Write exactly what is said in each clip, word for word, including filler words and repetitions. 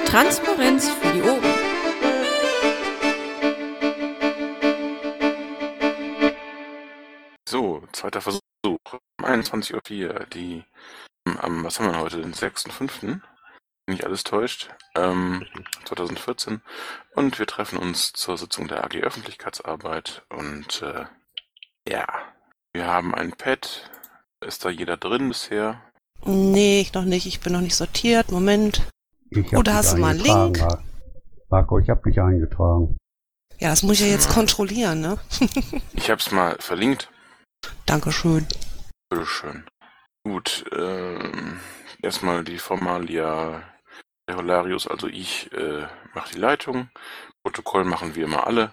Transparenz für die Ohren. So, zweiter Versuch. Um einundzwanzig Uhr vier, die, am, was haben wir heute, den sechsten fünften Wenn nicht alles täuscht, ähm, zweitausendvierzehn. Und wir treffen uns zur Sitzung der A G Öffentlichkeitsarbeit. Und äh, ja, wir haben ein Pad. Ist da jeder drin bisher? Nee, ich noch nicht. Ich bin noch nicht sortiert. Moment. Ich Oder hast du mal einen Link? Mar- Marco, ich habe dich eingetragen. Ja, das muss ich ja jetzt kontrollieren, ne? Ich hab's mal verlinkt. Dankeschön. Bitteschön. Gut, ähm, erstmal die Formalia. Der Holarius, also ich, äh, mache die Leitung. Protokoll machen wir immer alle.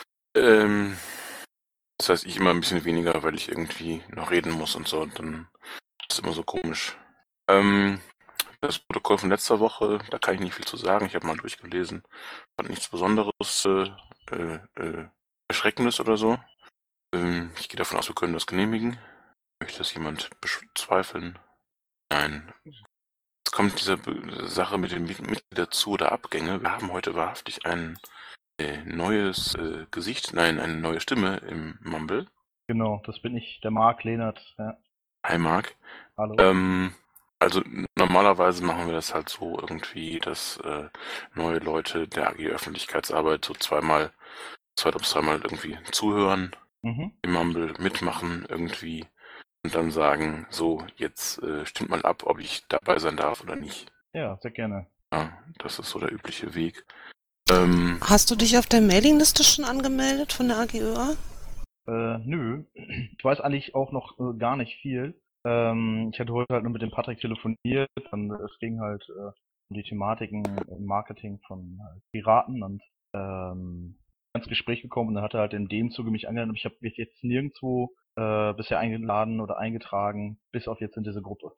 Ähm, das heißt, ich immer ein bisschen weniger, weil ich irgendwie noch reden muss und so. Dann ist es immer so komisch. Ähm, das Protokoll von letzter Woche, da kann ich nicht viel zu sagen. Ich habe mal durchgelesen. Fand nichts Besonderes, äh, äh, äh, Erschreckendes oder so. Ähm, ich gehe davon aus, wir können das genehmigen. Möchte das jemand bezweifeln? Nein. Jetzt kommt diese Be- Sache mit den Mitgliedern zu oder Abgänge. Wir haben heute wahrhaftig ein äh, neues äh, Gesicht, nein, eine neue Stimme im Mumble. Genau, das bin ich, der Marc Lehnert. Ja. Hi Marc. Hallo. Ähm, also normalerweise machen wir das halt so irgendwie, dass äh, neue Leute der A G Öffentlichkeitsarbeit so zweimal, zwei bis dreimal irgendwie zuhören, Mhm. im Mumble mitmachen irgendwie und dann sagen, so, jetzt äh, stimmt mal ab, ob ich dabei sein darf oder nicht. Ja, sehr gerne. Ja, das ist so der übliche Weg. Ähm, Hast du dich auf der Mailingliste schon angemeldet von der A G Ö A? Äh, nö, ich weiß eigentlich auch noch äh, gar nicht viel. Ähm, ich hatte heute halt nur mit dem Patrick telefoniert, dann äh, es ging halt äh, um die Thematiken im Marketing von äh, Piraten und ähm, ins Gespräch gekommen und dann hat er halt in dem Zuge mich angemeldet, aber ich habe mich jetzt nirgendwo äh, bisher eingeladen oder eingetragen, bis auf jetzt in diese Gruppe.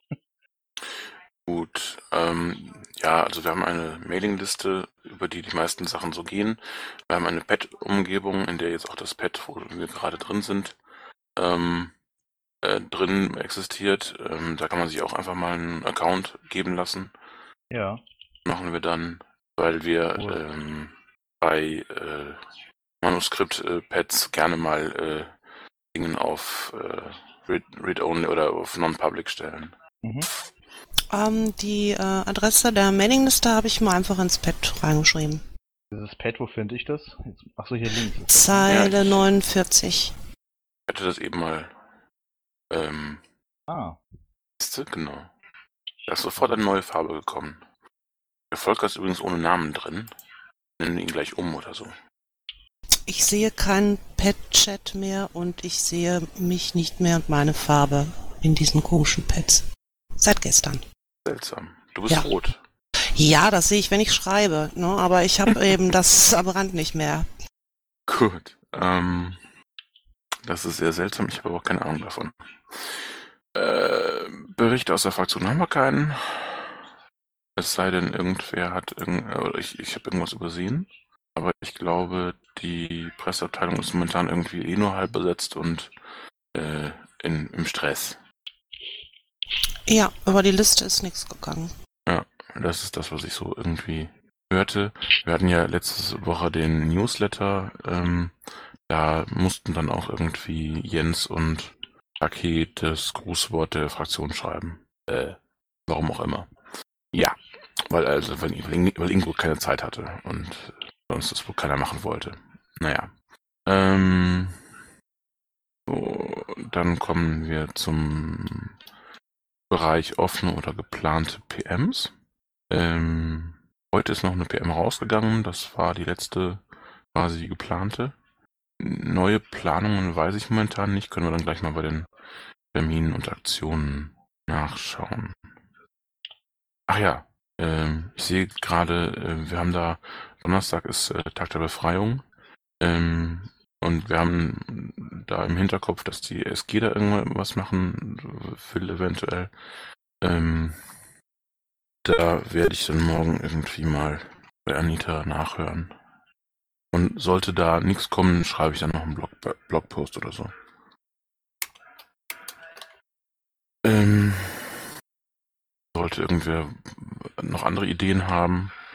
Gut, ähm, ja, also wir haben eine Mailingliste, über die die meisten Sachen so gehen. Wir haben eine Pad-Umgebung, in der jetzt auch das Pad, wo wir gerade drin sind, ähm, äh, drin existiert. Ähm, da kann man sich auch einfach mal einen Account geben lassen. Ja. Machen wir dann, weil wir Cool. ähm, bei äh, Manuskript-Pads gerne mal äh, Dingen auf äh, Read- Read-Only oder auf Non-Public stellen. Mhm. Ähm, die äh, Adresse der Mailingliste habe ich mal einfach ins Pad reingeschrieben. Dieses Pad, wo finde ich das? Jetzt, achso, hier links. Ist das. Zeile Ja, ich- neunundvierzig. Ich hatte das eben mal ähm, Ah, Liste, genau. Da ist sofort eine neue Farbe gekommen. Der Volker ist übrigens ohne Namen drin. Nennen wir ihn gleich um oder so. Ich sehe keinen Pad-Chat mehr und ich sehe mich nicht mehr und meine Farbe in diesen komischen Pads. Seit gestern. Seltsam. Du bist Ja. rot. Ja, das sehe ich, wenn ich schreibe, ne? Aber ich habe eben das am Rand nicht mehr. Gut. Ähm, das ist sehr seltsam. Ich habe aber auch keine Ahnung davon. Äh, Berichte aus der Fraktion haben wir keinen. Es sei denn, irgendwer hat irgend, oder ich, ich habe irgendwas übersehen. Aber ich glaube, die Presseabteilung ist momentan irgendwie eh nur halb besetzt und äh, in, im Stress. Ja, über die Liste ist nichts gegangen. Das ist das, was ich so irgendwie hörte. Wir hatten ja letzte Woche den Newsletter. Ähm, da mussten dann auch irgendwie Jens und Aki das Grußwort der Fraktion schreiben. Äh, warum auch immer. Ja, weil also weil, weil Ingo keine Zeit hatte und sonst das wohl keiner machen wollte. Naja. Ähm, so, dann kommen wir zum Bereich offene oder geplante P Ms. Ähm, heute ist noch eine P M rausgegangen, das war die letzte quasi die geplante. Neue Planungen weiß ich momentan nicht, können wir dann gleich mal bei den Terminen und Aktionen nachschauen. Ach ja, ähm, ich sehe gerade, äh, wir haben da, Donnerstag ist äh, Tag der Befreiung ähm, und wir haben da im Hinterkopf, dass die S G da irgendwas machen will eventuell. Ähm, Da werde ich dann morgen irgendwie mal bei Anita nachhören. Und sollte da nichts kommen, schreibe ich dann noch einen Blog, Blogpost oder so. Ähm, sollte irgendwer noch andere Ideen haben,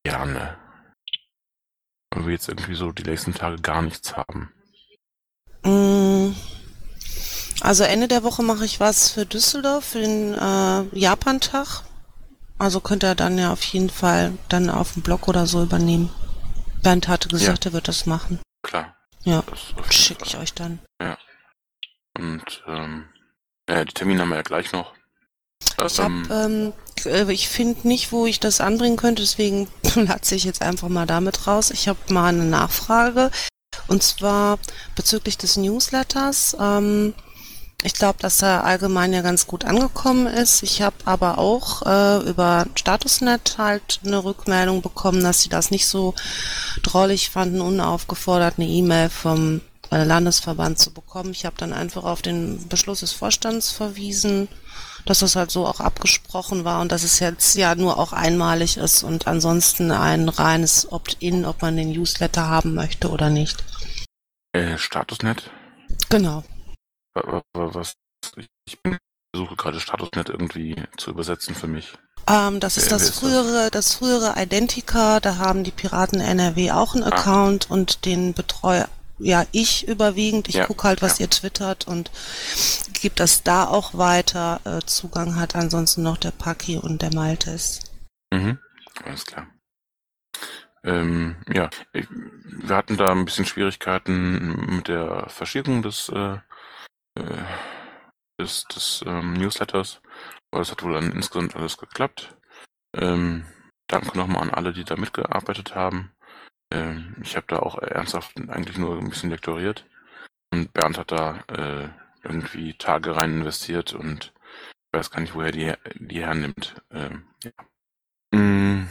gerne. Weil wir jetzt irgendwie so die nächsten Tage gar nichts haben. Mm, Also Ende der Woche mache ich was für Düsseldorf, für den äh, Japantag. Also könnt ihr dann ja auf jeden Fall dann auf dem Blog oder so übernehmen. Bernd hatte gesagt, Ja. er wird das machen. Klar. Ja, Das auf jeden schicke ich Fall. euch dann. Und ähm, ja, die Termine haben wir ja gleich noch. Ich habe, Ähm, ähm, äh, ich finde nicht, wo ich das anbringen könnte, deswegen platze ich jetzt einfach mal damit raus. Ich habe mal eine Nachfrage, und zwar bezüglich des Newsletters. Ähm, ich glaube, dass er allgemein ja ganz gut angekommen ist. Ich habe aber auch äh, über Statusnet halt eine Rückmeldung bekommen, dass sie das nicht so drollig fanden, unaufgefordert eine E-Mail vom äh, Landesverband zu bekommen. Ich habe dann einfach auf den Beschluss des Vorstands verwiesen, dass das halt so auch abgesprochen war und dass es jetzt ja nur auch einmalig ist und ansonsten ein reines Opt-in, ob man den Newsletter haben möchte oder nicht. äh, Statusnet? Genau. Wa- wa- Was? Ich bin- versuche gerade Statusnet irgendwie zu übersetzen für mich. Ähm, das ist Wer- das wer ist das? frühere, das frühere Identica, da haben die Piraten N R W auch einen Ah. Account und den betreue ja ich überwiegend. Ich Ja, gucke halt, was ja. ihr twittert und gebe das da auch weiter. Äh, Zugang hat ansonsten noch der Paki und der Maltes. Mhm. Alles klar. Ähm, ja, ich, wir hatten da ein bisschen Schwierigkeiten mit der Verschickung des, äh, äh, des, des ähm, Newsletters, aber das hat wohl dann insgesamt alles geklappt. Ähm, danke nochmal an alle, die da mitgearbeitet haben. Ähm, ich habe da auch ernsthaft eigentlich nur ein bisschen lektoriert und Bernd hat da äh, irgendwie Tage rein investiert und ich weiß gar nicht, woher die, die hernimmt. Ähm, ja. Mm,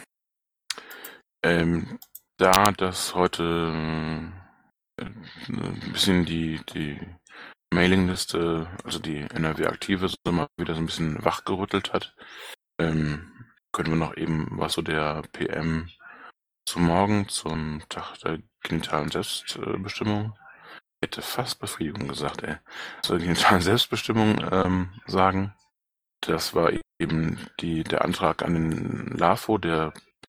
ähm, da das heute äh, ein bisschen die, die Mailingliste, also die N R W-Aktive, so mal wieder so ein bisschen wachgerüttelt hat, ähm, können wir noch eben, was so der P M zum Morgen, zum Tag der genitalen Selbstbestimmung, ich hätte fast Befriedigung gesagt, ey, zur genitalen Selbstbestimmung ähm, sagen. Das war eben die, der Antrag an den LAFO, der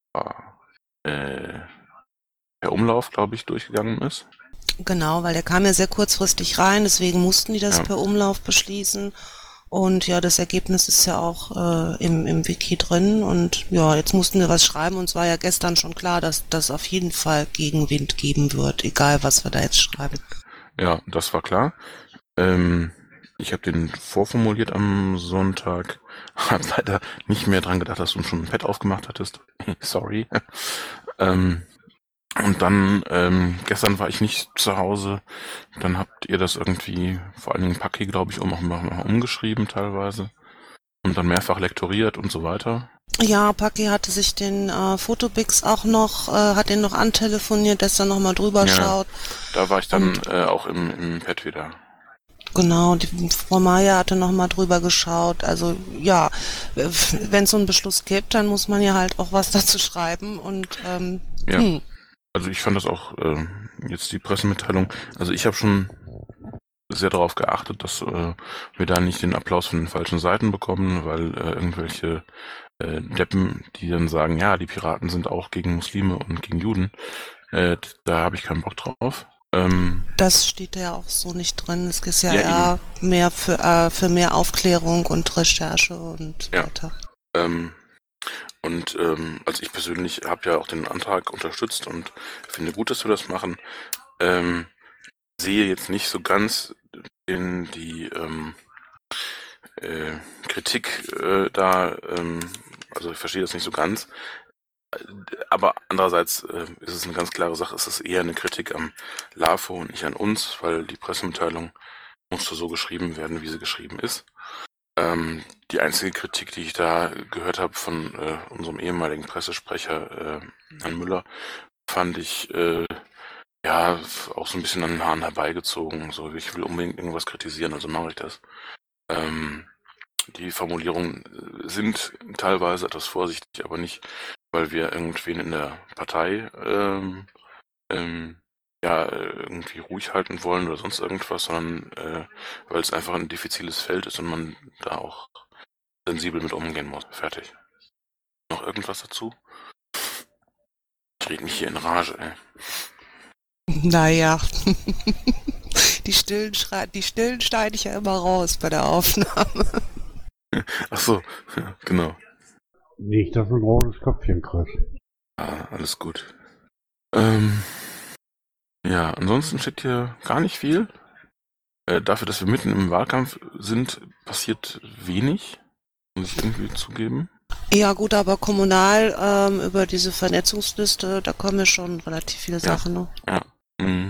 äh, per Umlauf, glaube ich, durchgegangen ist. Genau, weil der kam ja sehr kurzfristig rein, deswegen mussten die das Ja. per Umlauf beschließen. Und ja, das Ergebnis ist ja auch äh, im, im Wiki drin. Und ja, jetzt mussten wir was schreiben. Und es war ja gestern schon klar, dass das auf jeden Fall Gegenwind geben wird, egal was wir da jetzt schreiben. Ja, das war klar. Ähm, ich habe den vorformuliert am Sonntag. Hab leider nicht mehr dran gedacht, dass du schon ein Pad aufgemacht hattest. Sorry. ähm, und dann, ähm, gestern war ich nicht zu Hause. Dann habt ihr das irgendwie, vor allen Dingen Paki, glaube ich, um, auch mal umgeschrieben teilweise. Und dann mehrfach lektoriert und so weiter. Ja, Paki hatte sich den äh, Fotobix auch noch, äh, hat den noch antelefoniert, dass er nochmal drüber Ja. schaut. Da war ich dann Und- äh, auch im, im Pad wieder. Genau, die Frau Meier hatte nochmal drüber geschaut. Also ja, wenn es so einen Beschluss gibt, dann muss man ja halt auch was dazu schreiben. Und ähm, Ja. hm. Also ich fand das auch, äh, jetzt die Pressemitteilung, also ich habe schon sehr darauf geachtet, dass äh, wir da nicht den Applaus von den falschen Seiten bekommen, weil äh, irgendwelche äh, Deppen, die dann sagen, ja, die Piraten sind auch gegen Muslime und gegen Juden, äh, da habe ich keinen Bock drauf. Ähm, Das steht ja auch so nicht drin. Es ist ja, Ja, eher mehr für, äh, für mehr Aufklärung und Recherche und so Ja. weiter. ähm, und ähm, also ich persönlich habe ja auch den Antrag unterstützt und finde gut, dass wir das machen. Ähm, sehe jetzt nicht so ganz in die ähm, äh, Kritik äh, da, ähm, also ich verstehe das nicht so ganz. Äh, Aber andererseits äh, ist es eine ganz klare Sache, es ist eher eine Kritik am LAFO und nicht an uns, weil die Pressemitteilung musste so geschrieben werden, wie sie geschrieben ist. Ähm, die einzige Kritik, die ich da gehört habe von äh, unserem ehemaligen Pressesprecher, äh, Herrn Müller, fand ich äh, ja auch so ein bisschen an den Haaren herbeigezogen. So, ich will unbedingt irgendwas kritisieren, also mache ich das. Ähm, die Formulierungen äh, sind teilweise etwas vorsichtig, aber nicht, weil wir irgendwen in der Partei ähm, ähm, ja äh, irgendwie ruhig halten wollen oder sonst irgendwas, sondern äh, weil es einfach ein diffiziles Feld ist und man da auch sensibel mit umgehen muss. Fertig. Noch irgendwas dazu? Ich rede mich hier in Rage, ey. Naja, die Stillen, schrei- die Stillen schneide ich ja immer raus bei der Aufnahme. Ach so, ja, genau. Nicht, dass du ein rotes Köpfchen kriegst. Ah, alles gut. Ähm, ja, ansonsten steht hier gar nicht viel. Äh, dafür, dass wir mitten im Wahlkampf sind, passiert wenig, muss ich irgendwie zugeben. Ja gut, aber kommunal ähm, über diese Vernetzungsliste, da kommen ja schon relativ viele Ja. Sachen. Ne? Ja. Mhm.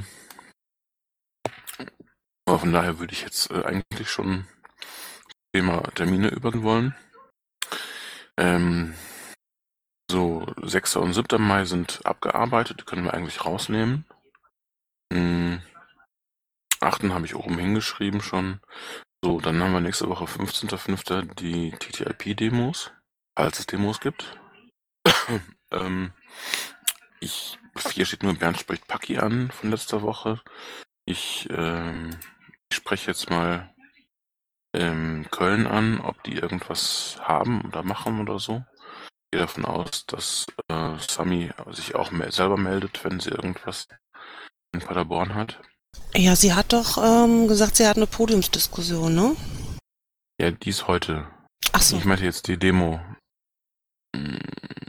Aber von daher würde ich jetzt äh, eigentlich schon Thema Termine übergehen wollen. Ähm, so, sechster und siebter Mai sind abgearbeitet, die können wir eigentlich rausnehmen. Mhm. achten habe ich oben hingeschrieben schon. So, dann haben wir nächste Woche fünfzehnter fünfter die T T I P-Demos, falls es Demos gibt. ähm, ich, hier steht nur Bernd spricht Paki an von letzter Woche. Ich, ähm, ich spreche jetzt mal ähm, Köln an, ob die irgendwas haben oder machen oder so. Ich gehe davon aus, dass äh, Sami sich auch me- selber meldet, wenn sie irgendwas in Paderborn hat. Ja, sie hat doch ähm, gesagt, sie hat eine Podiumsdiskussion, ne? Ja, die ist heute. Ach so, Ich meinte jetzt die Demo. Hm,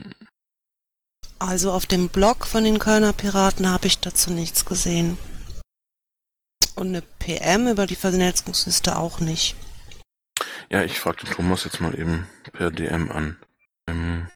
also auf dem Blog von den Kölner Piraten habe ich dazu nichts gesehen. Und eine P M über die Vernetzungsliste auch nicht. Ja, ich frage den Thomas jetzt mal eben per D M an. Ähm,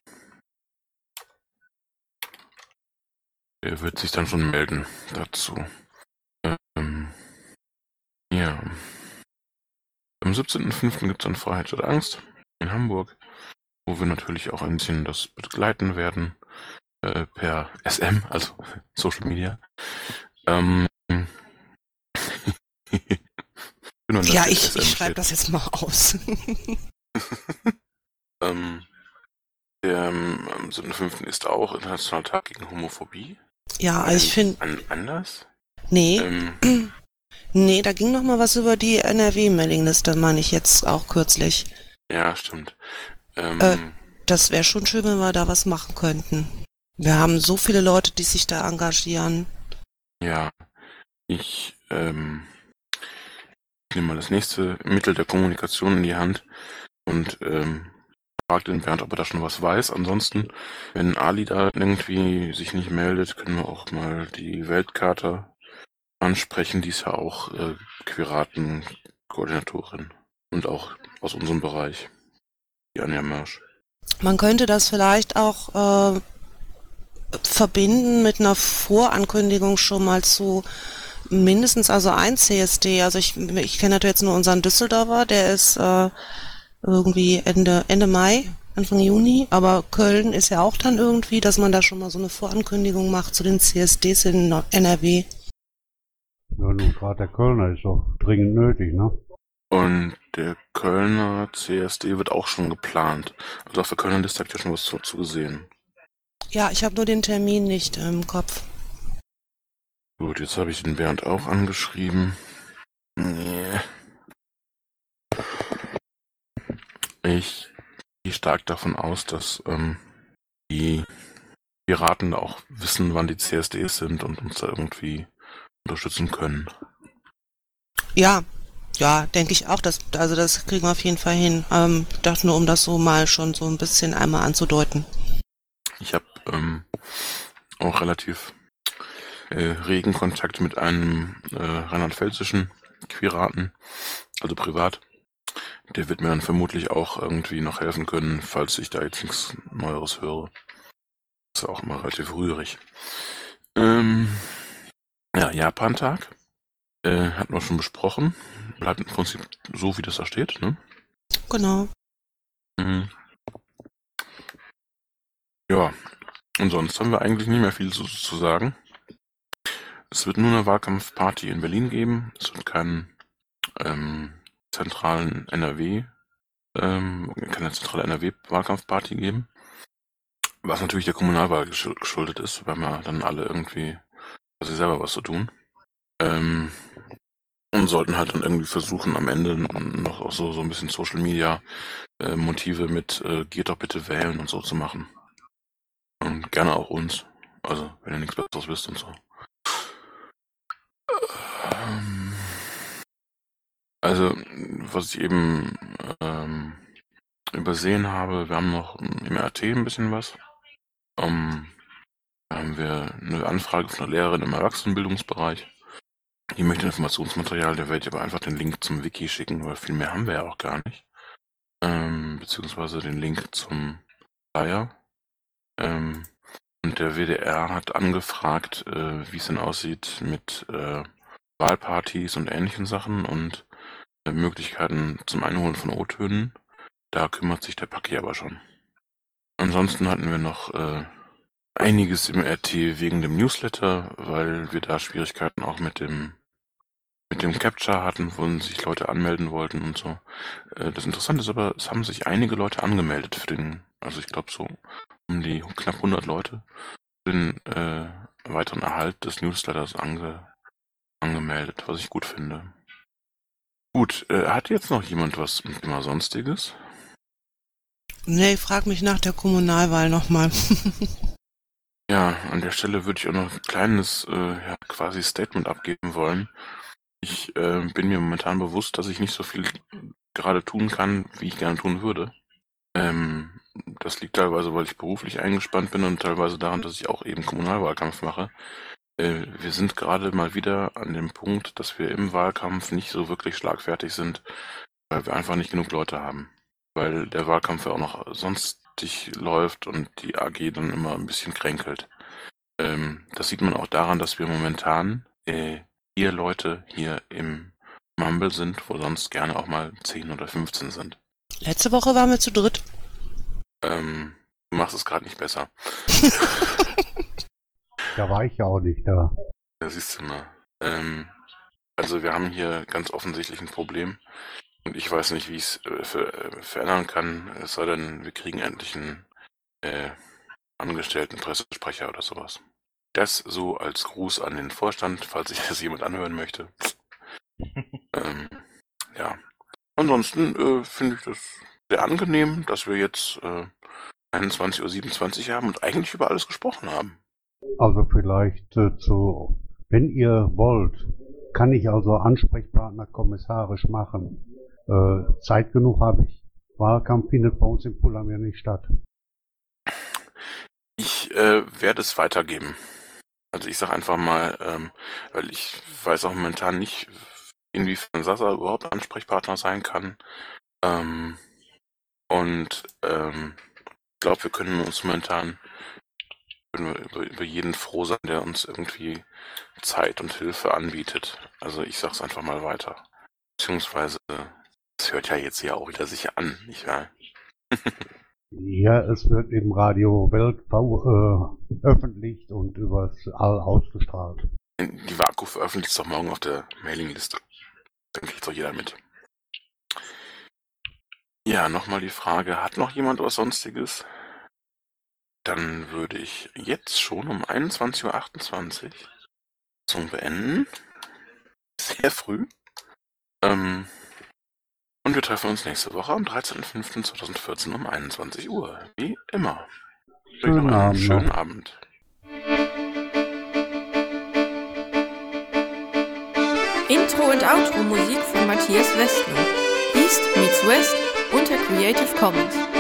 er wird sich dann schon melden dazu. Ähm, ja. Am siebzehnten fünften gibt es dann Freiheit statt Angst in Hamburg, wo wir natürlich auch ein bisschen das begleiten werden äh, per S M, also Social Media. Ähm, Schön, dass Ja, jetzt ich, S M ich schreibe steht. das jetzt mal aus. ähm, der ähm, am siebten fünften ist auch Internationaler Tag gegen Homophobie. Ja, also ich finde, An, anders? nee, Ähm, nee, da ging noch mal was über die N R W-Mailingliste, meine ich jetzt auch kürzlich. ja, stimmt. Ähm, Äh. Das wäre schon schön, wenn wir da was machen könnten. Wir haben so viele Leute, die sich da engagieren. Ja, ich ähm, nehme mal das nächste Mittel der Kommunikation in die Hand und ähm, frage den Bernd, ob er da schon was weiß. Ansonsten, wenn Ali da irgendwie sich nicht meldet, können wir auch mal die Weltkarte ansprechen. Die ist ja auch äh, Piraten-Koordinatorin und auch aus unserem Bereich, die Anja Mörsch. Man könnte das vielleicht auch äh, verbinden mit einer Vorankündigung schon mal zu mindestens also ein C S D. Also ich, ich kenne natürlich jetzt nur unseren Düsseldorfer, der ist äh, irgendwie Ende, Ende Mai, Anfang Juni, aber Köln ist ja auch dann irgendwie, dass man da schon mal so eine Vorankündigung macht zu den C S Ds in N R W. Ja, nun, gerade der Kölner ist doch dringend nötig, ne? Und der Kölner C S D wird auch schon geplant. Also auf der Kölner Liste habt ihr schon was dazu gesehen. Ja, ich habe nur den Termin nicht im Kopf. Gut, jetzt habe ich den Bernd auch angeschrieben. Nee. Ich gehe stark davon aus, dass ähm, die Piraten auch wissen, wann die C S Ds sind und uns da irgendwie unterstützen können. Ja, ja, denke ich auch, dass, also das kriegen wir auf jeden Fall hin. Ähm, ich dachte nur, um das so mal schon so ein bisschen einmal anzudeuten. Ich habe ähm, auch relativ äh, regen Kontakt mit einem äh, rheinland-pfälzischen Piraten, also privat. Der wird mir dann vermutlich auch irgendwie noch helfen können, falls ich da jetzt nichts Neueres höre. Das ist auch immer relativ rührig. Ähm, ja, Japan-Tag. Äh, hatten wir schon besprochen. Bleibt im Prinzip so, wie das da steht, ne? Genau. Mhm. Ja, und sonst haben wir eigentlich nicht mehr viel zu, zu sagen. Es wird nur eine Wahlkampfparty in Berlin geben. Es wird keinen ähm, zentralen N R W, ähm, keine zentrale N R W-Wahlkampfparty geben. Was natürlich der Kommunalwahl gesch- geschuldet ist, weil wir dann alle irgendwie quasi selber was zu tun. Ähm, und sollten halt dann irgendwie versuchen, am Ende noch auch so, so ein bisschen Social Media äh, Motive mit äh, geht doch bitte wählen und so zu machen. Und gerne auch uns. Also, wenn ihr nichts Besseres wisst und so. Ähm, also, was ich eben ähm, übersehen habe, wir haben noch im R T ein bisschen was. Um, da haben wir eine Anfrage von einer Lehrerin im Erwachsenenbildungsbereich. Die möchte Informationsmaterial, der werde ich aber einfach den Link zum Wiki schicken, weil viel mehr haben wir ja auch gar nicht. Ähm, beziehungsweise den Link zum Flyer. Ähm, und der W D R hat angefragt, äh, wie es denn aussieht mit äh, Wahlpartys und ähnlichen Sachen und äh, Möglichkeiten zum Einholen von O-Tönen. Da kümmert sich der Paki aber schon. Ansonsten hatten wir noch äh, einiges im R T wegen dem Newsletter, weil wir da Schwierigkeiten auch mit dem mit dem Capture hatten, wo sich Leute anmelden wollten und so. Äh, das Interessante ist aber, es haben sich einige Leute angemeldet für den, also ich glaube so um die knapp hundert Leute, für den äh, weiteren Erhalt des Newsletters ange, angemeldet, was ich gut finde. Gut, äh, hat jetzt noch jemand was mit immer Sonstiges? Nee, frag mich nach der Kommunalwahl nochmal. Ja, an der Stelle würde ich auch noch ein kleines äh, ja, quasi Statement abgeben wollen. Ich äh, bin mir momentan bewusst, dass ich nicht so viel gerade tun kann, wie ich gerne tun würde. Ähm, das liegt teilweise, weil ich beruflich eingespannt bin und teilweise daran, dass ich auch eben Kommunalwahlkampf mache. Äh, wir sind gerade mal wieder an dem Punkt, dass wir im Wahlkampf nicht so wirklich schlagfertig sind, weil wir einfach nicht genug Leute haben. Weil der Wahlkampf ja auch noch sonstig läuft und die A G dann immer ein bisschen kränkelt. Ähm, das sieht man auch daran, dass wir momentan äh, vier Leute hier im Mumble sind, wo sonst gerne auch mal zehn oder fünfzehn sind. Letzte Woche waren wir zu dritt. Ähm, du machst es gerade nicht besser. Da war ich ja auch nicht da. Da siehst du mal. Ähm, also wir haben hier ganz offensichtlich ein Problem und ich weiß nicht, wie ich es äh, ver äh, verändern kann, es sei denn, wir kriegen endlich einen äh, angestellten Pressesprecher oder sowas. Das so als Gruß an den Vorstand, falls sich das jemand anhören möchte. ähm, ja. Ansonsten äh, finde ich das sehr angenehm, dass wir jetzt äh, einundzwanzig Uhr siebenundzwanzig haben und eigentlich über alles gesprochen haben. Also vielleicht äh, zu, wenn ihr wollt, kann ich also Ansprechpartner kommissarisch machen. Äh, Zeit genug habe ich. Wahlkampf findet bei uns in Pullheim ja nicht statt. Ich äh, werde es weitergeben. Also ich sage einfach mal, ähm, weil ich weiß auch momentan nicht, inwiefern Sasa überhaupt Ansprechpartner sein kann. Ähm, und ähm, ich glaube, wir können uns momentan können wir über, über jeden froh sein, der uns irgendwie Zeit und Hilfe anbietet. Also ich sage es einfach mal weiter. Beziehungsweise, es hört ja jetzt ja auch wieder sich an, nicht wahr? Ja, es wird im Radio Welt äh, veröffentlicht und übers All ausgestrahlt. Die Vaku veröffentlicht es doch morgen auf der Mailingliste. Dann kriegt doch jeder mit. Ja, nochmal die Frage, hat noch jemand was Sonstiges? Dann würde ich jetzt schon um einundzwanzig Uhr achtundzwanzig zum Beenden. Sehr früh. Ähm, und wir treffen uns nächste Woche am dreizehnten fünften zweitausendvierzehn um einundzwanzig Uhr. Wie immer. Schönen Einen Abend schönen noch. Abend. Intro und Outro Musik von Matthias Westner. East meets West unter Creative Commons.